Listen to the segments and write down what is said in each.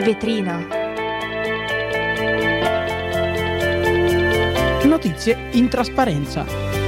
vetrina. Notizie in trasparenza.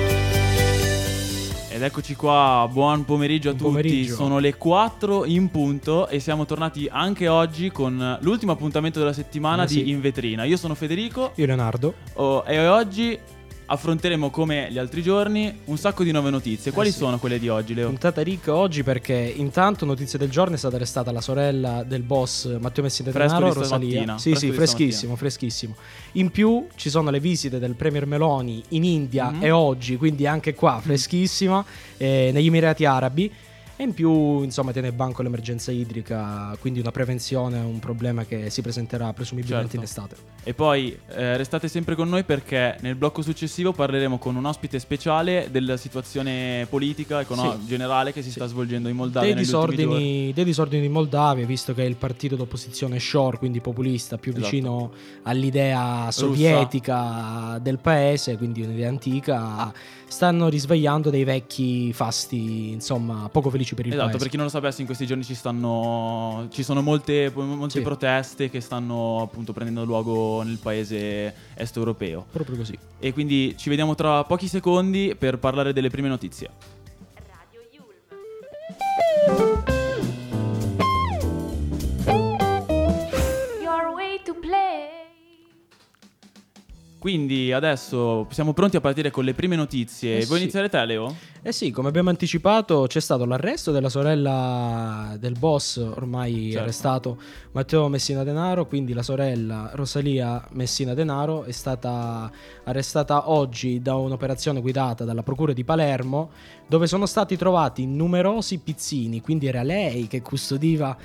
Ed eccoci qua, buon pomeriggio a tutti. Pomeriggio. Sono le 4 in punto e siamo tornati anche oggi con l'ultimo appuntamento della settimana di sì. In Vetrina. Io sono Federico Io Leonardo. e oggi affronteremo, come gli altri giorni, un sacco di nuove notizie. Quali sì. sono quelle di oggi, Leo? Puntata ricca oggi perché intanto notizia del giorno è stata arrestata la sorella del boss Matteo Messina Fresco Denaro, di Rosalia. stamattina. Sì, Fresco sì, di freschissimo, freschissimo. In più ci sono le visite del Premier Meloni in India e oggi, quindi anche qua freschissima, negli Emirati Arabi. E in più, insomma, tiene banco l'emergenza idrica, quindi una prevenzione a un problema che si presenterà presumibilmente in estate. E poi restate sempre con noi perché nel blocco successivo parleremo con un ospite speciale della situazione politica generale che si sta svolgendo in Moldavia negli ultimi giorni. Dei disordini in Moldavia, visto che è il partito d'opposizione Shor, quindi populista, più vicino all'idea sovietica del paese, quindi un'idea antica, stanno risvegliando dei vecchi fasti, insomma, poco felici per il paese. Esatto, per chi non lo sapesse, in questi giorni ci sono molte proteste che stanno appunto prendendo luogo nel paese est europeo. Proprio così. E quindi ci vediamo tra pochi secondi per parlare delle prime notizie. Radio Yulm. Your way to play. Quindi adesso siamo pronti a partire con le prime notizie. Vuoi iniziare te, Leo? Eh sì, come abbiamo anticipato c'è stato l'arresto della sorella del boss ormai arrestato Matteo Messina Denaro, quindi la sorella Rosalia Messina Denaro è stata arrestata oggi da un'operazione guidata dalla procura di Palermo, dove sono stati trovati numerosi pizzini, quindi era lei che custodiva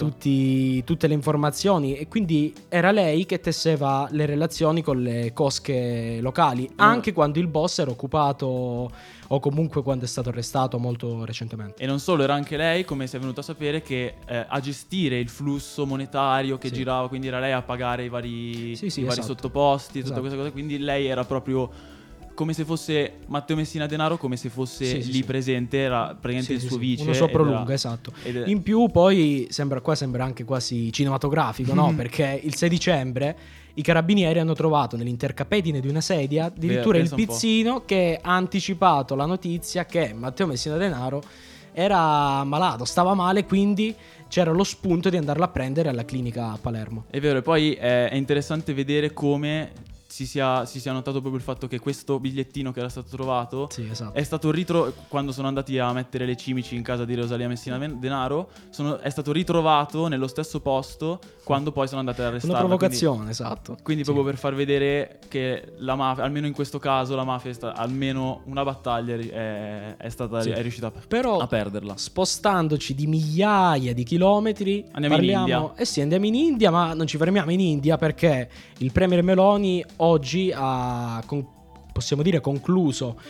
tutte le informazioni e quindi era lei che tesseva le relazioni con le cosche locali, anche quando il boss era occupato o comunque quando è stato arrestato molto recentemente. E non solo, era anche lei, come si è venuto a sapere, che a gestire il flusso monetario che girava, quindi era lei a pagare i vari sottoposti, tutte queste cose, quindi lei era proprio come se fosse Matteo Messina Denaro, come se fosse lì presente, era praticamente il suo vice. Uno sopralunga, esatto. In più poi sembra anche quasi cinematografico, no? Perché il 6 dicembre i carabinieri hanno trovato nell'intercapedine di una sedia addirittura il pizzino che ha anticipato la notizia che Matteo Messina Denaro era malato, stava male, quindi c'era lo spunto di andarlo a prendere alla clinica a Palermo. È vero, e poi è interessante vedere come si sia notato proprio il fatto che questo bigliettino che era stato trovato è stato quando sono andati a mettere le cimici in casa di Rosalia Messina Denaro, è stato ritrovato nello stesso posto quando poi sono andati ad arrestarla. Una provocazione, esatto. Quindi proprio per far vedere che la mafia, almeno in questo caso, la mafia almeno una battaglia è riuscita a perderla. Spostandoci di migliaia di chilometri, andiamo in India. Andiamo in India, ma non ci fermiamo in India perché il Premier Meloni oggi ha possiamo dire concluso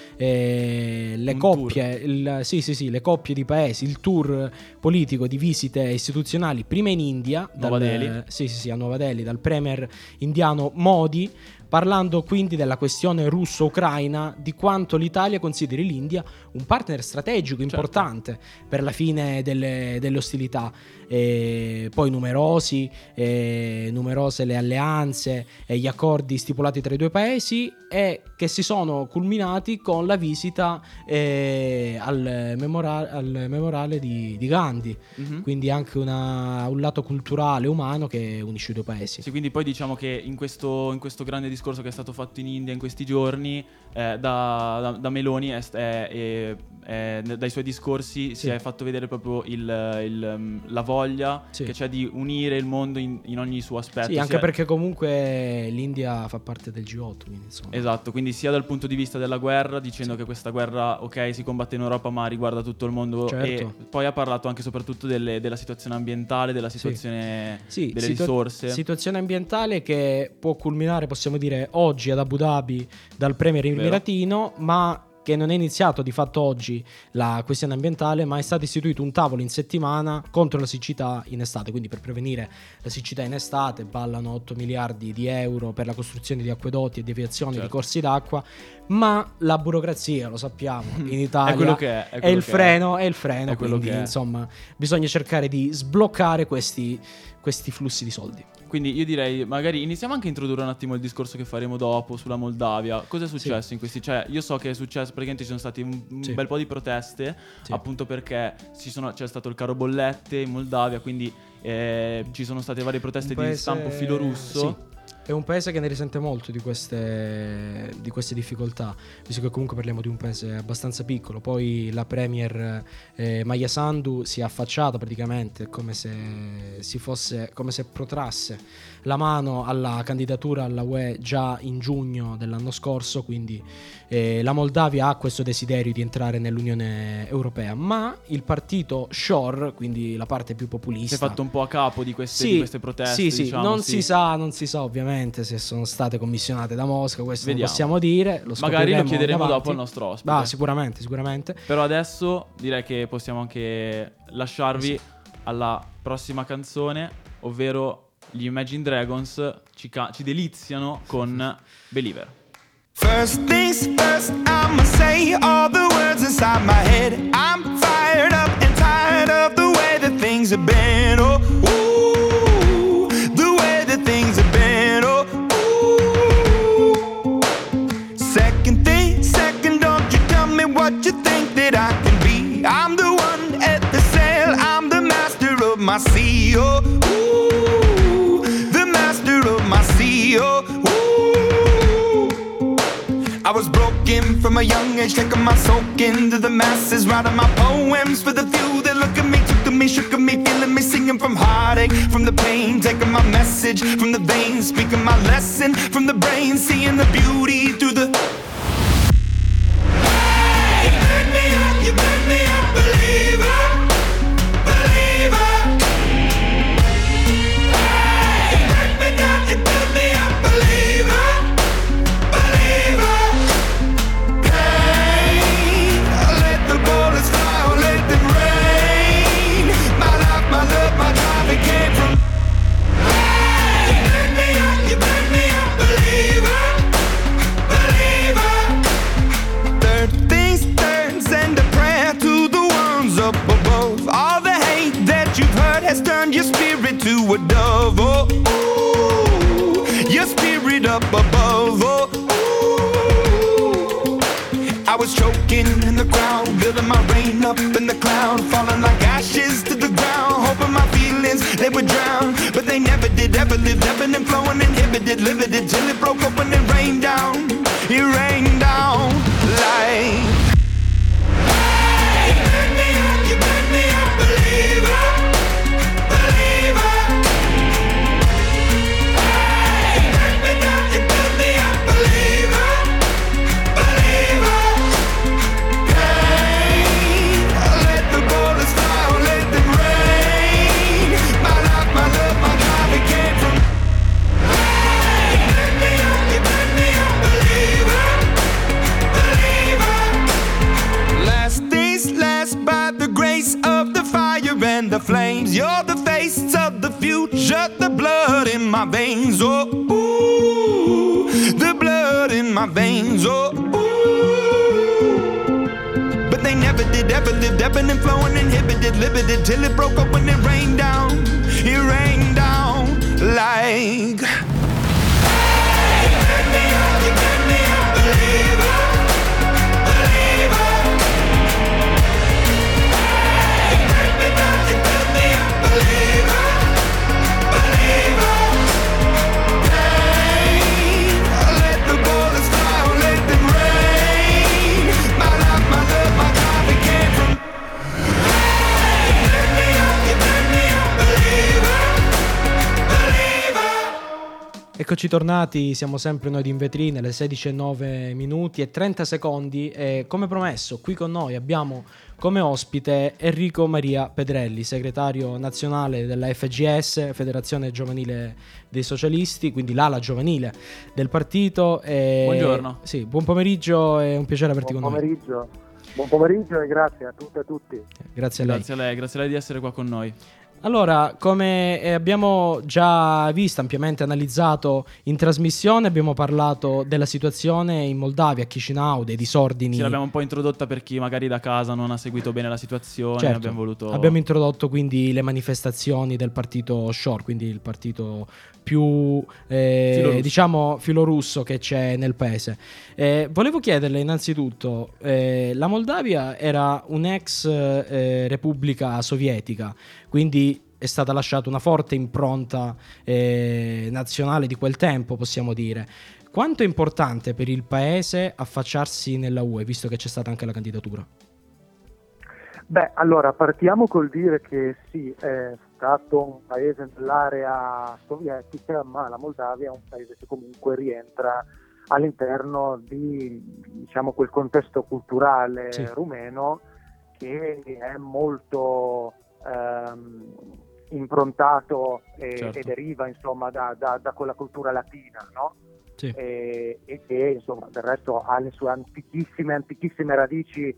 le coppie di paesi, il tour politico di visite istituzionali, prima in India a Nuova Delhi dal premier indiano Modi, parlando quindi della questione russo-ucraina, di quanto l'Italia consideri l'India un partner strategico importante per la fine delle ostilità. Poi numerose le alleanze e gli accordi stipulati tra i due paesi e che si sono culminati con la visita al memoriale di Gandhi, quindi anche un lato culturale umano che unisce i due paesi. Sì, quindi poi diciamo che in questo grande discorso che è stato fatto in India in questi giorni da Meloni dai suoi discorsi si è fatto vedere proprio la voglia che c'è di unire il mondo in ogni suo aspetto. Sì, anche perché comunque l'India fa parte del G8, quindi insomma. Esatto, quindi sia dal punto di vista della guerra, dicendo che questa guerra si combatte in Europa ma riguarda tutto il mondo, e poi ha parlato anche soprattutto della situazione ambientale, della situazione delle risorse. Situazione ambientale che può culminare, possiamo dire, oggi ad Abu Dhabi dal premier emiratino, ma che non è iniziato di fatto oggi la questione ambientale, ma è stato istituito un tavolo in settimana contro la siccità in estate, quindi per prevenire la siccità in estate ballano 8 miliardi di euro per la costruzione di acquedotti e deviazioni di corsi d'acqua, ma la burocrazia, lo sappiamo, in Italia è quello che è il freno, quindi che è. insomma bisogna cercare di sbloccare questi flussi di soldi. Quindi io direi magari iniziamo anche a introdurre un attimo il discorso che faremo dopo sulla Moldavia. Cosa è successo in questi? Cioè io so che è successo, praticamente ci sono stati un bel po' di proteste, appunto perché c'è stato il caro bollette in Moldavia, quindi ci sono state varie proteste di stampo filorusso. È un paese che ne risente molto di queste difficoltà, visto che comunque parliamo di un paese abbastanza piccolo. Poi la premier Maia Sandu si è affacciata praticamente come se protrasse la mano alla candidatura alla UE già in giugno dell'anno scorso, quindi la Moldavia ha questo desiderio di entrare nell'Unione Europea, ma il partito Shor, quindi la parte più populista, si è fatto un po' a capo di queste proteste. Non si sa ovviamente se sono state commissionate da Mosca, questo Vediamo. non possiamo dire, magari lo chiederemo dopo al nostro ospite. Sicuramente. Però adesso direi che possiamo anche lasciarvi alla prossima canzone, ovvero gli Imagine Dragons ci deliziano con Believer. First things first, I'ma say all the words inside my head. I'm fired up and tired of the way that things have been. Oh, ooh, the way that things have been. Oh, ooh. Second, don't you tell me what you think that I can be. I'm the one at the sail, I'm the master of my sea. Oh, ooh, the master of my sea. Oh, ooh. I was broken from a young age, taking my soak into the masses, writing my poems for the few that look at me, took to me, shook at me, feeling me, singing from heartache, from the pain, taking my message from the veins, speaking my lesson from the brain, seeing the beauty through the... Hey, you made me a believer, believer. Hey, you break me down, you build me a believer, believer. Hey, let the bullets fly, let them rain. My life, my love, my drive, it came from... Hey, you made me a believer, believer. Third things third, send a prayer to the ones up above. All the hate that you've heard has turned your spirit to a dove. Oh, ooh, your spirit up above. Oh, ooh. I was choking in the crowd, building my rain up in the cloud, falling like ashes to the ground, hoping my feelings they would drown, but they never did. Ever lived, ebbing and flowing, inhibited, limited, till it broke open and rained down. It rained down like... Hey, you made me a believer, believer. Hey, you break me down, you build me a believer, believer. Hey, let the bullets fly, let them rain. My life, my love, my drive, it came from... Hey, you made me a believer, believer. Last things last, by the grace of the fire and the flames. You're the face of the future, the blood in my veins. Oh, ooh, the blood in my veins. Oh, ooh. But they never did, ever lived, ebbing and flowing, inhibited, limited, till it broke open and rained down. It rained down like... Hey, you made me a believer, believer. Hey, you break me down, you build me a believer, believer. Hey, let the bullets fly, let them rain. My life, my love, my drive, it came from... Hey, you made me a believer, believer. E Eccoci tornati, siamo sempre noi di In Vetrina, alle 16:09 minuti e 30 secondi e come promesso qui con noi abbiamo come ospite Enrico Maria Pedrelli, segretario nazionale della FGS, Federazione Giovanile dei Socialisti, quindi l'ala giovanile del partito. Buongiorno. Sì, buon pomeriggio, è un piacere averti con noi. Buon pomeriggio e grazie a tutte e a tutti. Grazie a lei. Grazie a lei di essere qua con noi. Allora, come abbiamo già visto, ampiamente analizzato in trasmissione, abbiamo parlato della situazione in Moldavia, a Chisinau, dei disordini. Sì, l'abbiamo un po' introdotta per chi magari da casa non ha seguito bene la situazione. Certo, abbiamo introdotto quindi le manifestazioni del partito Shor, quindi il partito più diciamo filorusso che c'è nel paese. Volevo chiederle innanzitutto, la Moldavia era un'ex repubblica sovietica, quindi è stata lasciata una forte impronta nazionale di quel tempo, possiamo dire. Quanto è importante per il paese affacciarsi nella UE, visto che c'è stata anche la candidatura? Beh, allora partiamo col dire che sì, è stato un paese nell'area sovietica, ma la Moldavia è un paese che comunque rientra all'interno di, diciamo, quel contesto culturale rumeno che è molto improntato e deriva insomma da quella cultura latina, no? Sì. E che insomma del resto ha le sue antichissime radici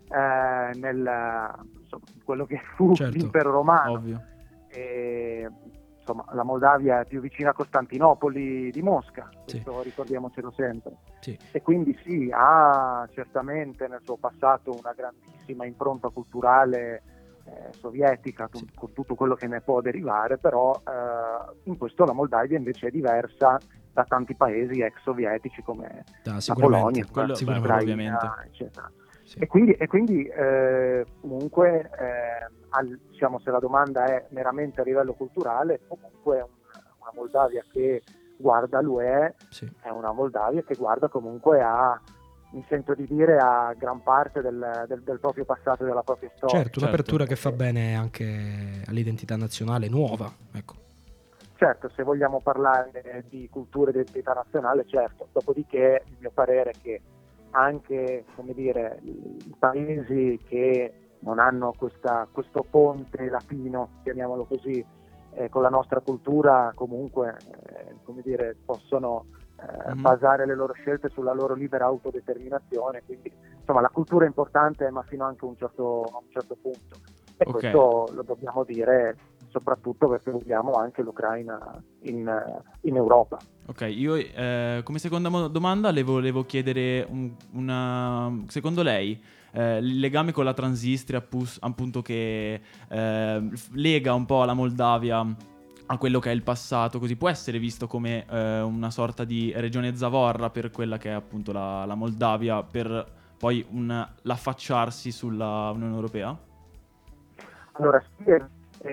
quello che fu l'impero romano. Ovvio. E, insomma, la Moldavia è più vicina a Costantinopoli di Mosca, questo ricordiamocelo sempre. Sì. E quindi sì, ha certamente nel suo passato una grandissima impronta culturale sovietica, con tutto quello che ne può derivare, però in questo la Moldavia invece è diversa da tanti paesi ex sovietici come la Polonia, l'Ucraina, ovviamente, eccetera. Sì. E quindi comunque diciamo, se la domanda è meramente a livello culturale, comunque una Moldavia che guarda l'UE è una Moldavia che guarda comunque mi sento di dire, a gran parte del proprio passato e della propria storia. Certo, un'apertura che fa bene anche all'identità nazionale nuova, ecco. Certo, se vogliamo parlare di cultura e di identità nazionale, certo. Dopodiché il mio parere è che anche, come dire, i paesi che non hanno questo ponte latino, chiamiamolo così, con la nostra cultura, comunque, come dire, possono basare le loro scelte sulla loro libera autodeterminazione. Quindi, insomma, la cultura è importante, ma fino anche a un certo punto. E questo lo dobbiamo dire soprattutto perché vogliamo anche l'Ucraina in Europa. Ok, io come seconda domanda le volevo chiedere secondo lei il legame con la Transnistria, appunto, che lega un po' la Moldavia a quello che è il passato, così può essere visto come una sorta di regione zavorra per quella che è appunto la Moldavia, per poi l'affacciarsi sulla Unione Europea? Allora sì,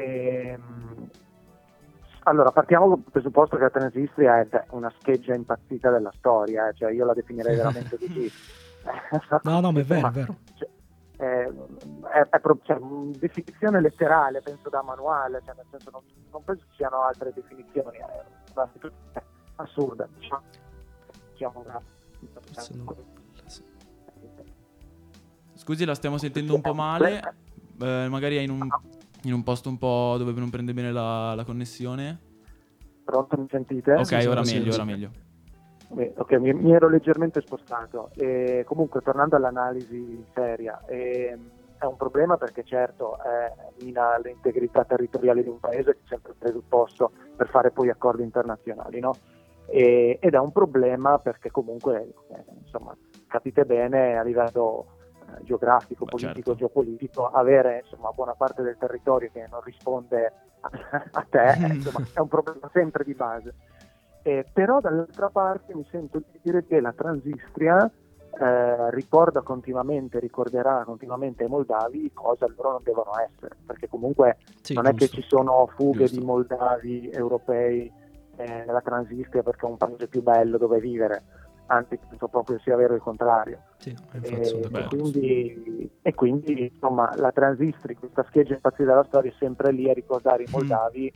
allora partiamo dal presupposto che la Transnistria è una scheggia impazzita della storia, cioè io la definirei veramente così. No, ma è vero, è vero. È definizione letterale, penso da manuale, cioè nel senso non penso ci siano altre definizioni, è una situazione assurda, diciamo Scusi, la stiamo sentendo un po' male, magari è in un posto un po' dove non prende bene la connessione. Pronto, mi sentite? Ok, ora meglio. Ok, mi ero leggermente spostato. Comunque, tornando all'analisi seria, è un problema perché certo mina l'integrità territoriale di un paese, che è sempre il presupposto per fare poi accordi internazionali, no? Ed è un problema perché comunque, insomma, capite bene a livello geografico, politico, geopolitico, avere insomma buona parte del territorio che non risponde a te, insomma, è un problema sempre di base. Però dall'altra parte mi sento di dire che la Transnistria ricorderà continuamente ai moldavi cosa loro non devono essere, perché comunque non è che ci sono fughe di moldavi europei nella Transnistria perché è un paese più bello dove vivere, anzi penso proprio sia vero il contrario. E quindi insomma la Transnistria, questa scheggia impazzita della storia, è sempre lì a ricordare i moldavi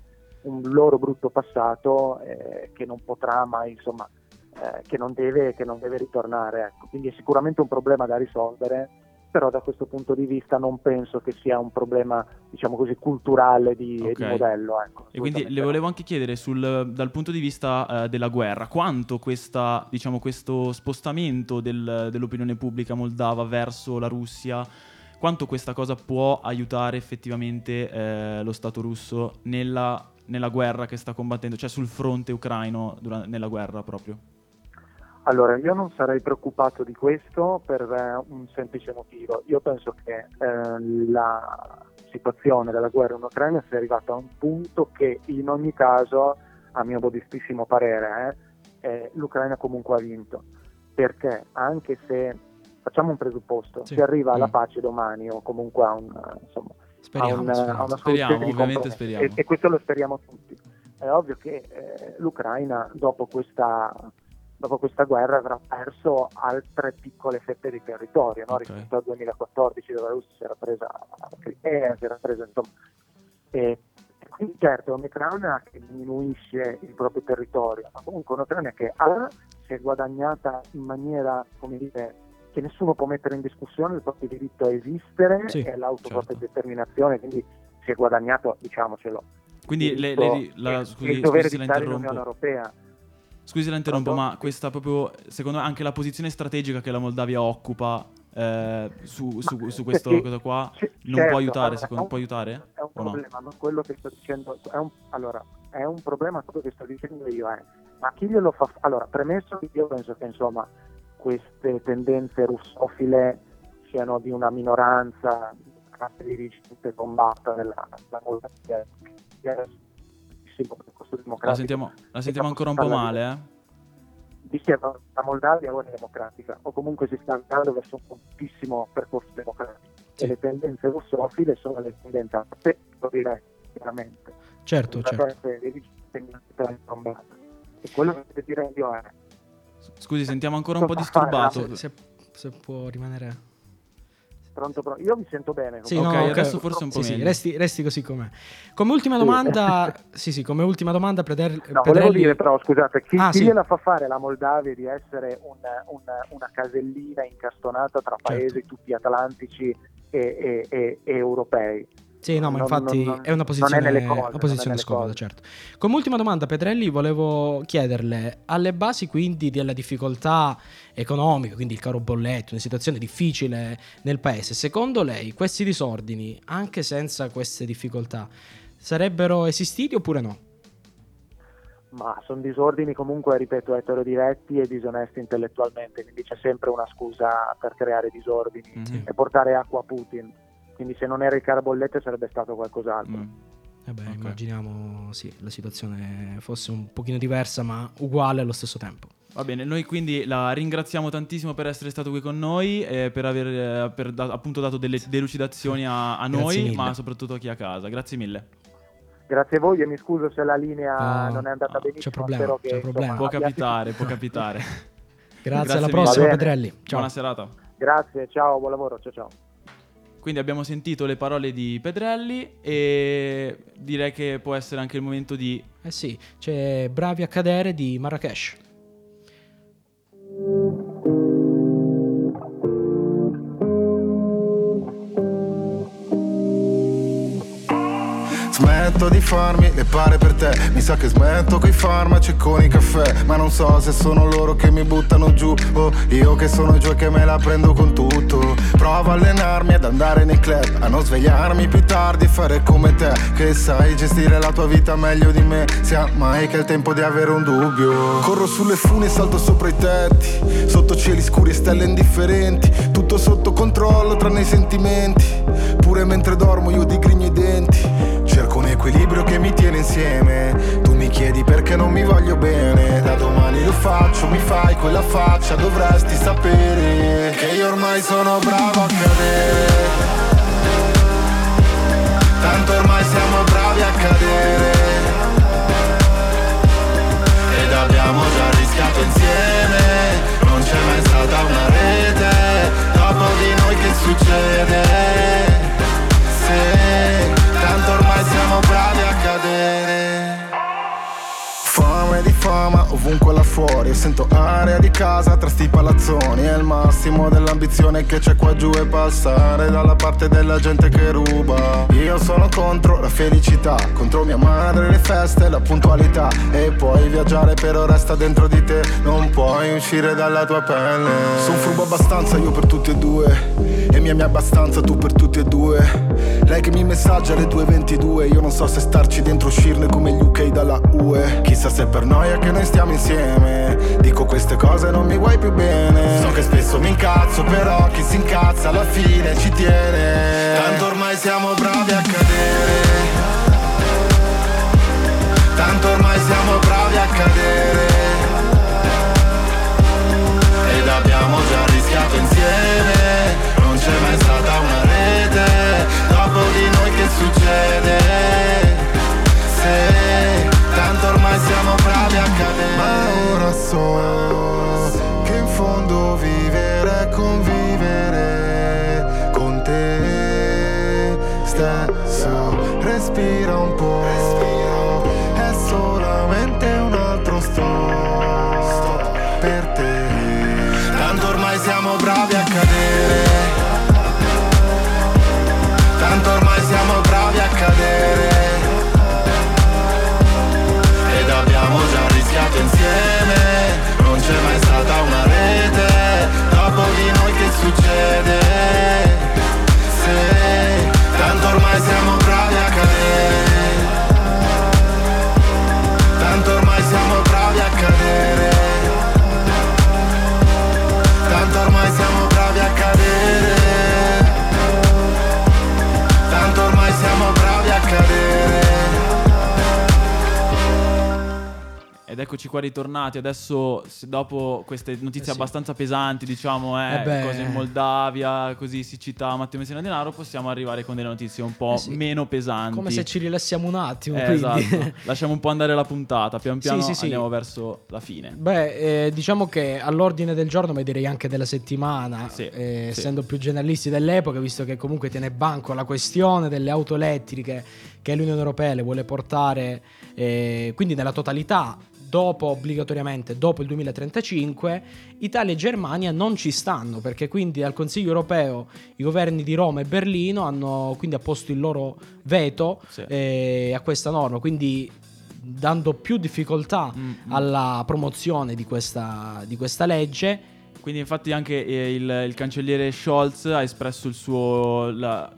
un loro brutto passato che non potrà mai, insomma, che non deve ritornare, ecco. Quindi è sicuramente un problema da risolvere, però da questo punto di vista non penso che sia un problema, diciamo così, culturale di modello, ecco. E quindi le volevo anche chiedere dal punto di vista della guerra, quanto questo spostamento dell'opinione pubblica moldava verso la Russia, quanto questa cosa può aiutare effettivamente lo Stato russo nella guerra che sta combattendo, cioè sul fronte ucraino nella guerra proprio? Allora, io non sarei preoccupato di questo per un semplice motivo. Io penso che la situazione della guerra in Ucraina sia arrivata a un punto che in ogni caso, a mio modestissimo parere, l'Ucraina comunque ha vinto. Perché anche se, facciamo un presupposto, si arriva alla pace domani o comunque a una soluzione di compromesso, e questo lo speriamo tutti. È ovvio che l'Ucraina dopo questa guerra avrà perso altre piccole fette di territorio, no? Rispetto al 2014, dove la Russia si era presa insomma. E quindi certo è un'Ucraina che diminuisce il proprio territorio, ma comunque un'Ucraina che si è guadagnata in maniera, come dire, che nessuno può mettere in discussione il proprio diritto a esistere e l'autodeterminazione, quindi si è guadagnato, diciamocelo. Quindi il dovere di stare nell'Unione Europea. Scusi la interrompo, ma questa proprio, secondo me, anche la posizione strategica che la Moldavia occupa su questo cosa qua non può aiutare, può aiutare? È un problema, ma quello che sto dicendo è un problema, quello che sto dicendo io ma chi glielo fa? Allora, premesso che io penso che insomma queste tendenze russofile siano di una minoranza dirigente combatta della Moldavia, la sentiamo ancora un po' male, Dice la Moldavia ora è democratica, o comunque si sta andando verso un fortissimo percorso democratico, e le tendenze russofile sono le tendenze, lo direi chiaramente. Certo. E quello che direi io è... Scusi, sentiamo ancora un po' disturbato. Se può rimanere... Pronto? Io mi sento bene. Sì, adesso forse un po' meglio. Resti così com'è. Come ultima domanda, come ultima domanda, Pedrelli... volevo dire però, scusate, chi gliela fa fare la Moldavia di essere una casellina incastonata tra paesi tutti atlantici e europei? Sì, no, ma infatti è una posizione scomoda, certo. Come ultima domanda, Pedrelli, volevo chiederle, alle basi quindi della difficoltà economica, quindi il caro bollette, una situazione difficile nel paese, secondo lei questi disordini, anche senza queste difficoltà, sarebbero esistiti oppure no? Ma sono disordini comunque, ripeto, eterodiretti e disonesti intellettualmente, quindi c'è sempre una scusa per creare disordini e portare acqua a Putin. Quindi se non era il caro bollette sarebbe stato qualcos'altro. Immaginiamo la situazione fosse un pochino diversa ma uguale allo stesso tempo. Va bene, noi quindi la ringraziamo tantissimo per essere stato qui con noi e per aver appunto dato delle delucidazioni a noi, mille. Ma soprattutto a chi a casa. Grazie mille. Grazie a voi e mi scuso se la linea non è andata benissimo. C'è problema. Insomma, può capitare. Grazie, alla prossima, Pedrelli. Ciao. Buona serata. Grazie, ciao, buon lavoro, ciao. Quindi abbiamo sentito le parole di Pedrelli e direi che può essere anche il momento di... c'è Bravi a cadere di Marrakesh. Smetto di farmi le pare per te. Mi sa che smetto coi farmaci e con i caffè. Ma non so se sono loro che mi buttano giù o io che sono giù e che me la prendo con tutto. Provo a allenarmi ad andare nei club, a non svegliarmi più tardi e fare come te, che sai gestire la tua vita meglio di me. Sia mai che è il tempo di avere un dubbio. Corro sulle fune e salto sopra i tetti, sotto cieli scuri e stelle indifferenti. Tutto sotto controllo tranne i sentimenti. Pure mentre dormo io digrigno i denti. Cerco un equilibrio che mi tiene insieme. Tu mi chiedi perché non mi voglio bene. Da domani lo faccio, mi fai quella faccia. Dovresti sapere che io ormai sono bravo a cadere. Tanto ormai siamo bravi a cadere. Ed abbiamo già rischiato insieme. Non c'è mai stata una rete. Dopo di noi che succede? Se tanto ormai siamo bravi a cadere. ovunque là fuori. E sento aria di casa tra sti palazzoni. E il massimo dell'ambizione che c'è qua giù è passare dalla parte della gente che ruba. Io sono contro la felicità, contro mia madre, le feste, la puntualità. E puoi viaggiare però resta dentro di te, non puoi uscire dalla tua pelle. Sono furbo abbastanza io per tutti e due, e mia abbastanza tu per tutti e due. Lei che mi messaggia alle 2:22, io non so se starci dentro, uscirne come gli UK dalla UE. Chissà se per noia che noi stiamo insieme, dico queste cose non mi vuoi più bene. So che spesso mi incazzo, però chi si incazza alla fine ci tiene. Tanto ormai siamo bravi a cadere, tanto ormai siamo bravi a cadere, ed abbiamo già rischiato insieme, non c'è mai stata una rete, dopo di noi che succede? Se tanto ormai siamo bravi a cadere. Ma ora so che in fondo vivere è convivere con te stesso. Respira un po', è solamente un altro stop per te. Tanto ormai siamo bravi a cadere, tanto ormai siamo bravi a cadere, ed abbiamo già rischiato insieme, non c'è mai stata una rete, dopo di noi che succede? Se tanto ormai siamo bravi a cadere, tanto ormai siamo bravi a cadere, tanto ormai siamo bravi a cadere, tanto ormai siamo bravi a cadere. Ed eccoci qua ritornati. Adesso, dopo queste notizie abbastanza pesanti, diciamo, cose in Moldavia, così siccità, Matteo Messina Denaro, possiamo arrivare con delle notizie un po' meno pesanti. Come se ci rilassiamo un attimo. Esatto. Lasciamo un po' andare la puntata. Pian piano andiamo verso la fine. Diciamo che all'ordine del giorno, ma direi anche della settimana, essendo più generalisti dell'epoca, visto che comunque tiene banco la questione delle auto elettriche che l'Unione Europea le vuole portare, quindi nella totalità, obbligatoriamente dopo il 2035, Italia e Germania non ci stanno, perché quindi al Consiglio Europeo i governi di Roma e Berlino hanno quindi apposto il loro veto a questa norma, quindi dando più difficoltà alla promozione di questa legge. Quindi infatti anche il cancelliere Scholz ha espresso il suo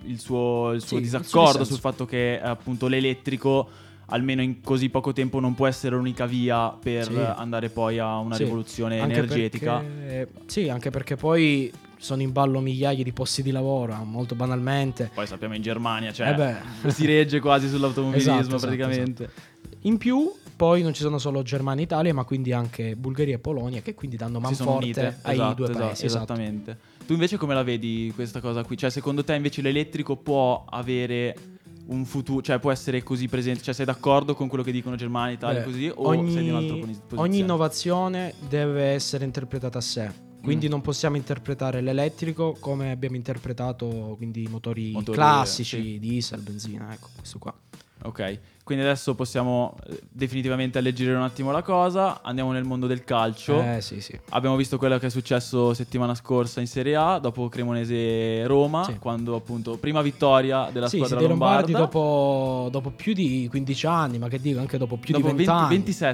disaccordo sul fatto che appunto l'elettrico, almeno in così poco tempo, non può essere l'unica via per andare poi a una rivoluzione energetica. Anche perché poi sono in ballo migliaia di posti di lavoro, molto banalmente. Poi sappiamo in Germania, si regge quasi sull'automobilismo praticamente. Esatto. In più poi non ci sono solo Germania e Italia, ma quindi anche Bulgaria e Polonia, che quindi danno manforte ai due paesi. Esattamente. Tu invece come la vedi questa cosa qui? Cioè, secondo te invece l'elettrico può avere un futuro, cioè può essere così presente? Cioè, sei d'accordo con quello che dicono Germania, Italia, così, o sei di un'altra posizione? Ogni innovazione deve essere interpretata a sé. Quindi non possiamo interpretare l'elettrico come abbiamo interpretato quindi i motori classici, diesel, benzina, ecco, questo qua. Ok, quindi adesso possiamo definitivamente alleggerire un attimo la cosa. Andiamo nel mondo del calcio. Abbiamo visto quello che è successo settimana scorsa in Serie A, dopo Cremonese-Roma, quando appunto prima vittoria della squadra lombarda. Dopo più di 15 anni, ma che dico, anche dopo più di 20 anni.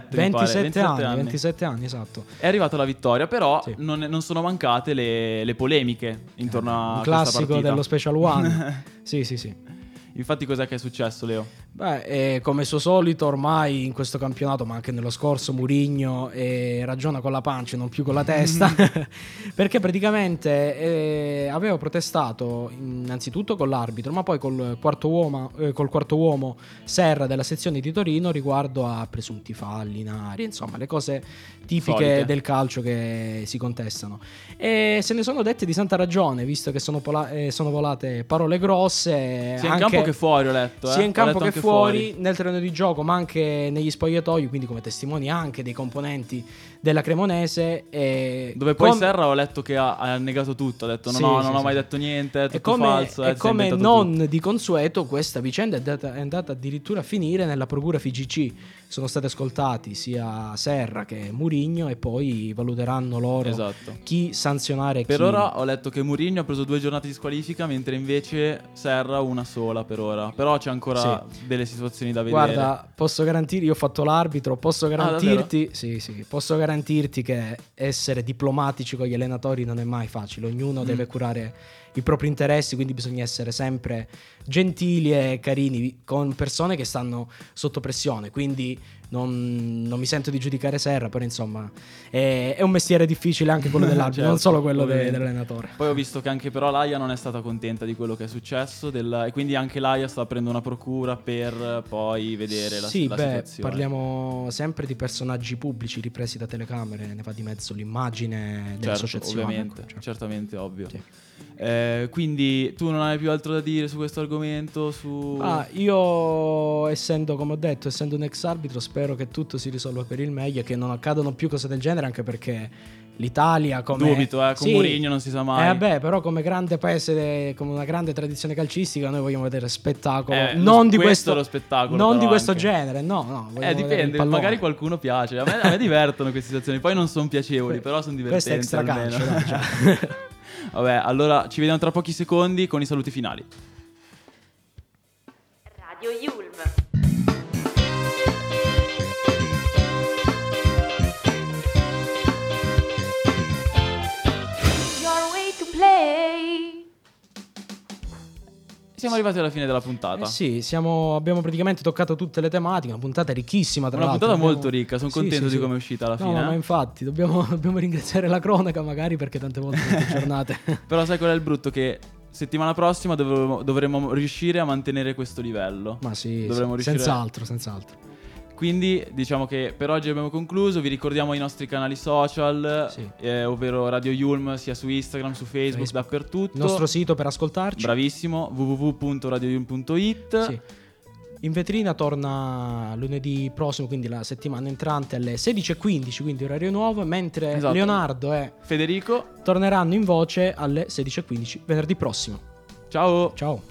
27 anni, esatto. È arrivata la vittoria, però non sono mancate le polemiche intorno a questa partita. Un classico dello Special One. Sì. Infatti cos'è che è successo, Leo? Come suo solito ormai in questo campionato, ma anche nello scorso, Mourinho ragiona con la pancia e non più con la testa. Perché praticamente aveva protestato innanzitutto con l'arbitro, ma poi col quarto uomo Serra della sezione di Torino riguardo a presunti falli in aria, insomma le cose tipiche del calcio che si contestano. E se ne sono dette di santa ragione, visto che sono volate parole grosse sia in campo che fuori, ho letto. Sia in campo che fuori, nel terreno di gioco, ma anche negli spogliatoi, quindi come testimoni anche dei componenti della Cremonese. Dove poi Serra ho letto che ha negato tutto, ha detto non ho mai detto niente, è tutto falso. E come non tutto di consueto, questa vicenda è andata addirittura a finire nella procura FIGC sono stati ascoltati sia Serra che Mourinho e poi valuteranno loro chi sanzionare chi. Per ora ho letto che Mourinho ha preso 2 giornate di squalifica, mentre invece Serra una sola per ora. Però c'è ancora delle situazioni da vedere. Guarda, posso garantirti, io ho fatto l'arbitro, posso garantirti posso garantirti che essere diplomatici con gli allenatori non è mai facile. Ognuno deve curare i propri interessi, quindi bisogna essere sempre gentili e carini con persone che stanno sotto pressione, quindi non mi sento di giudicare Serra, però insomma è un mestiere difficile anche quello dell'arbitro, certo, non solo quello dell'allenatore. Poi ho visto che anche però l'AIA non è stata contenta di quello che è successo e quindi anche l'AIA sta aprendo una procura per poi vedere la situazione. Parliamo sempre di personaggi pubblici ripresi da telecamere, ne va di mezzo l'immagine dell'associazione. Ovviamente, certamente, ovvio. Quindi tu non hai più altro da dire su questo argomento? Io essendo, come ho detto, essendo un ex arbitro, spero che tutto si risolva per il meglio e che non accadano più cose del genere, anche perché l'Italia come dubito, con Mourinho non si sa mai. Però come grande paese, come una grande tradizione calcistica, noi vogliamo vedere spettacolo, non di questo spettacolo, non di questo genere, no, dipende, magari qualcuno piace. A me divertono queste situazioni, poi non sono piacevoli, però sono divertenti. Questo è extracalcio. Vabbè, allora ci vediamo tra pochi secondi con i saluti finali. Radio Yulm. Your way to play. Siamo arrivati alla fine della puntata. Abbiamo praticamente toccato tutte le tematiche. Una puntata ricchissima, tra l'altro. Una puntata molto ricca. Sono contento di come è uscita alla fine. No, ma infatti dobbiamo ringraziare la cronaca, magari, perché tante volte queste giornate. Però sai qual è il brutto? Che settimana prossima dovremo riuscire a mantenere questo livello. Ma sì, dovremo senz'altro. Quindi diciamo che per oggi abbiamo concluso. Vi ricordiamo i nostri canali social, ovvero Radio Yulm, sia su Instagram, su Facebook, dappertutto. Il nostro sito per ascoltarci. Bravissimo, www.radioyulm.it. Sì. In vetrina torna lunedì prossimo, quindi la settimana entrante alle 16:15, quindi orario nuovo, mentre Leonardo e Federico torneranno in voce alle 16:15 venerdì prossimo. Ciao.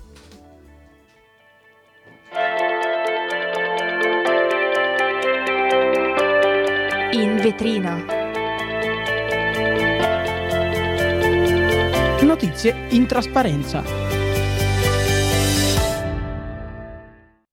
In vetrina. Notizie in trasparenza.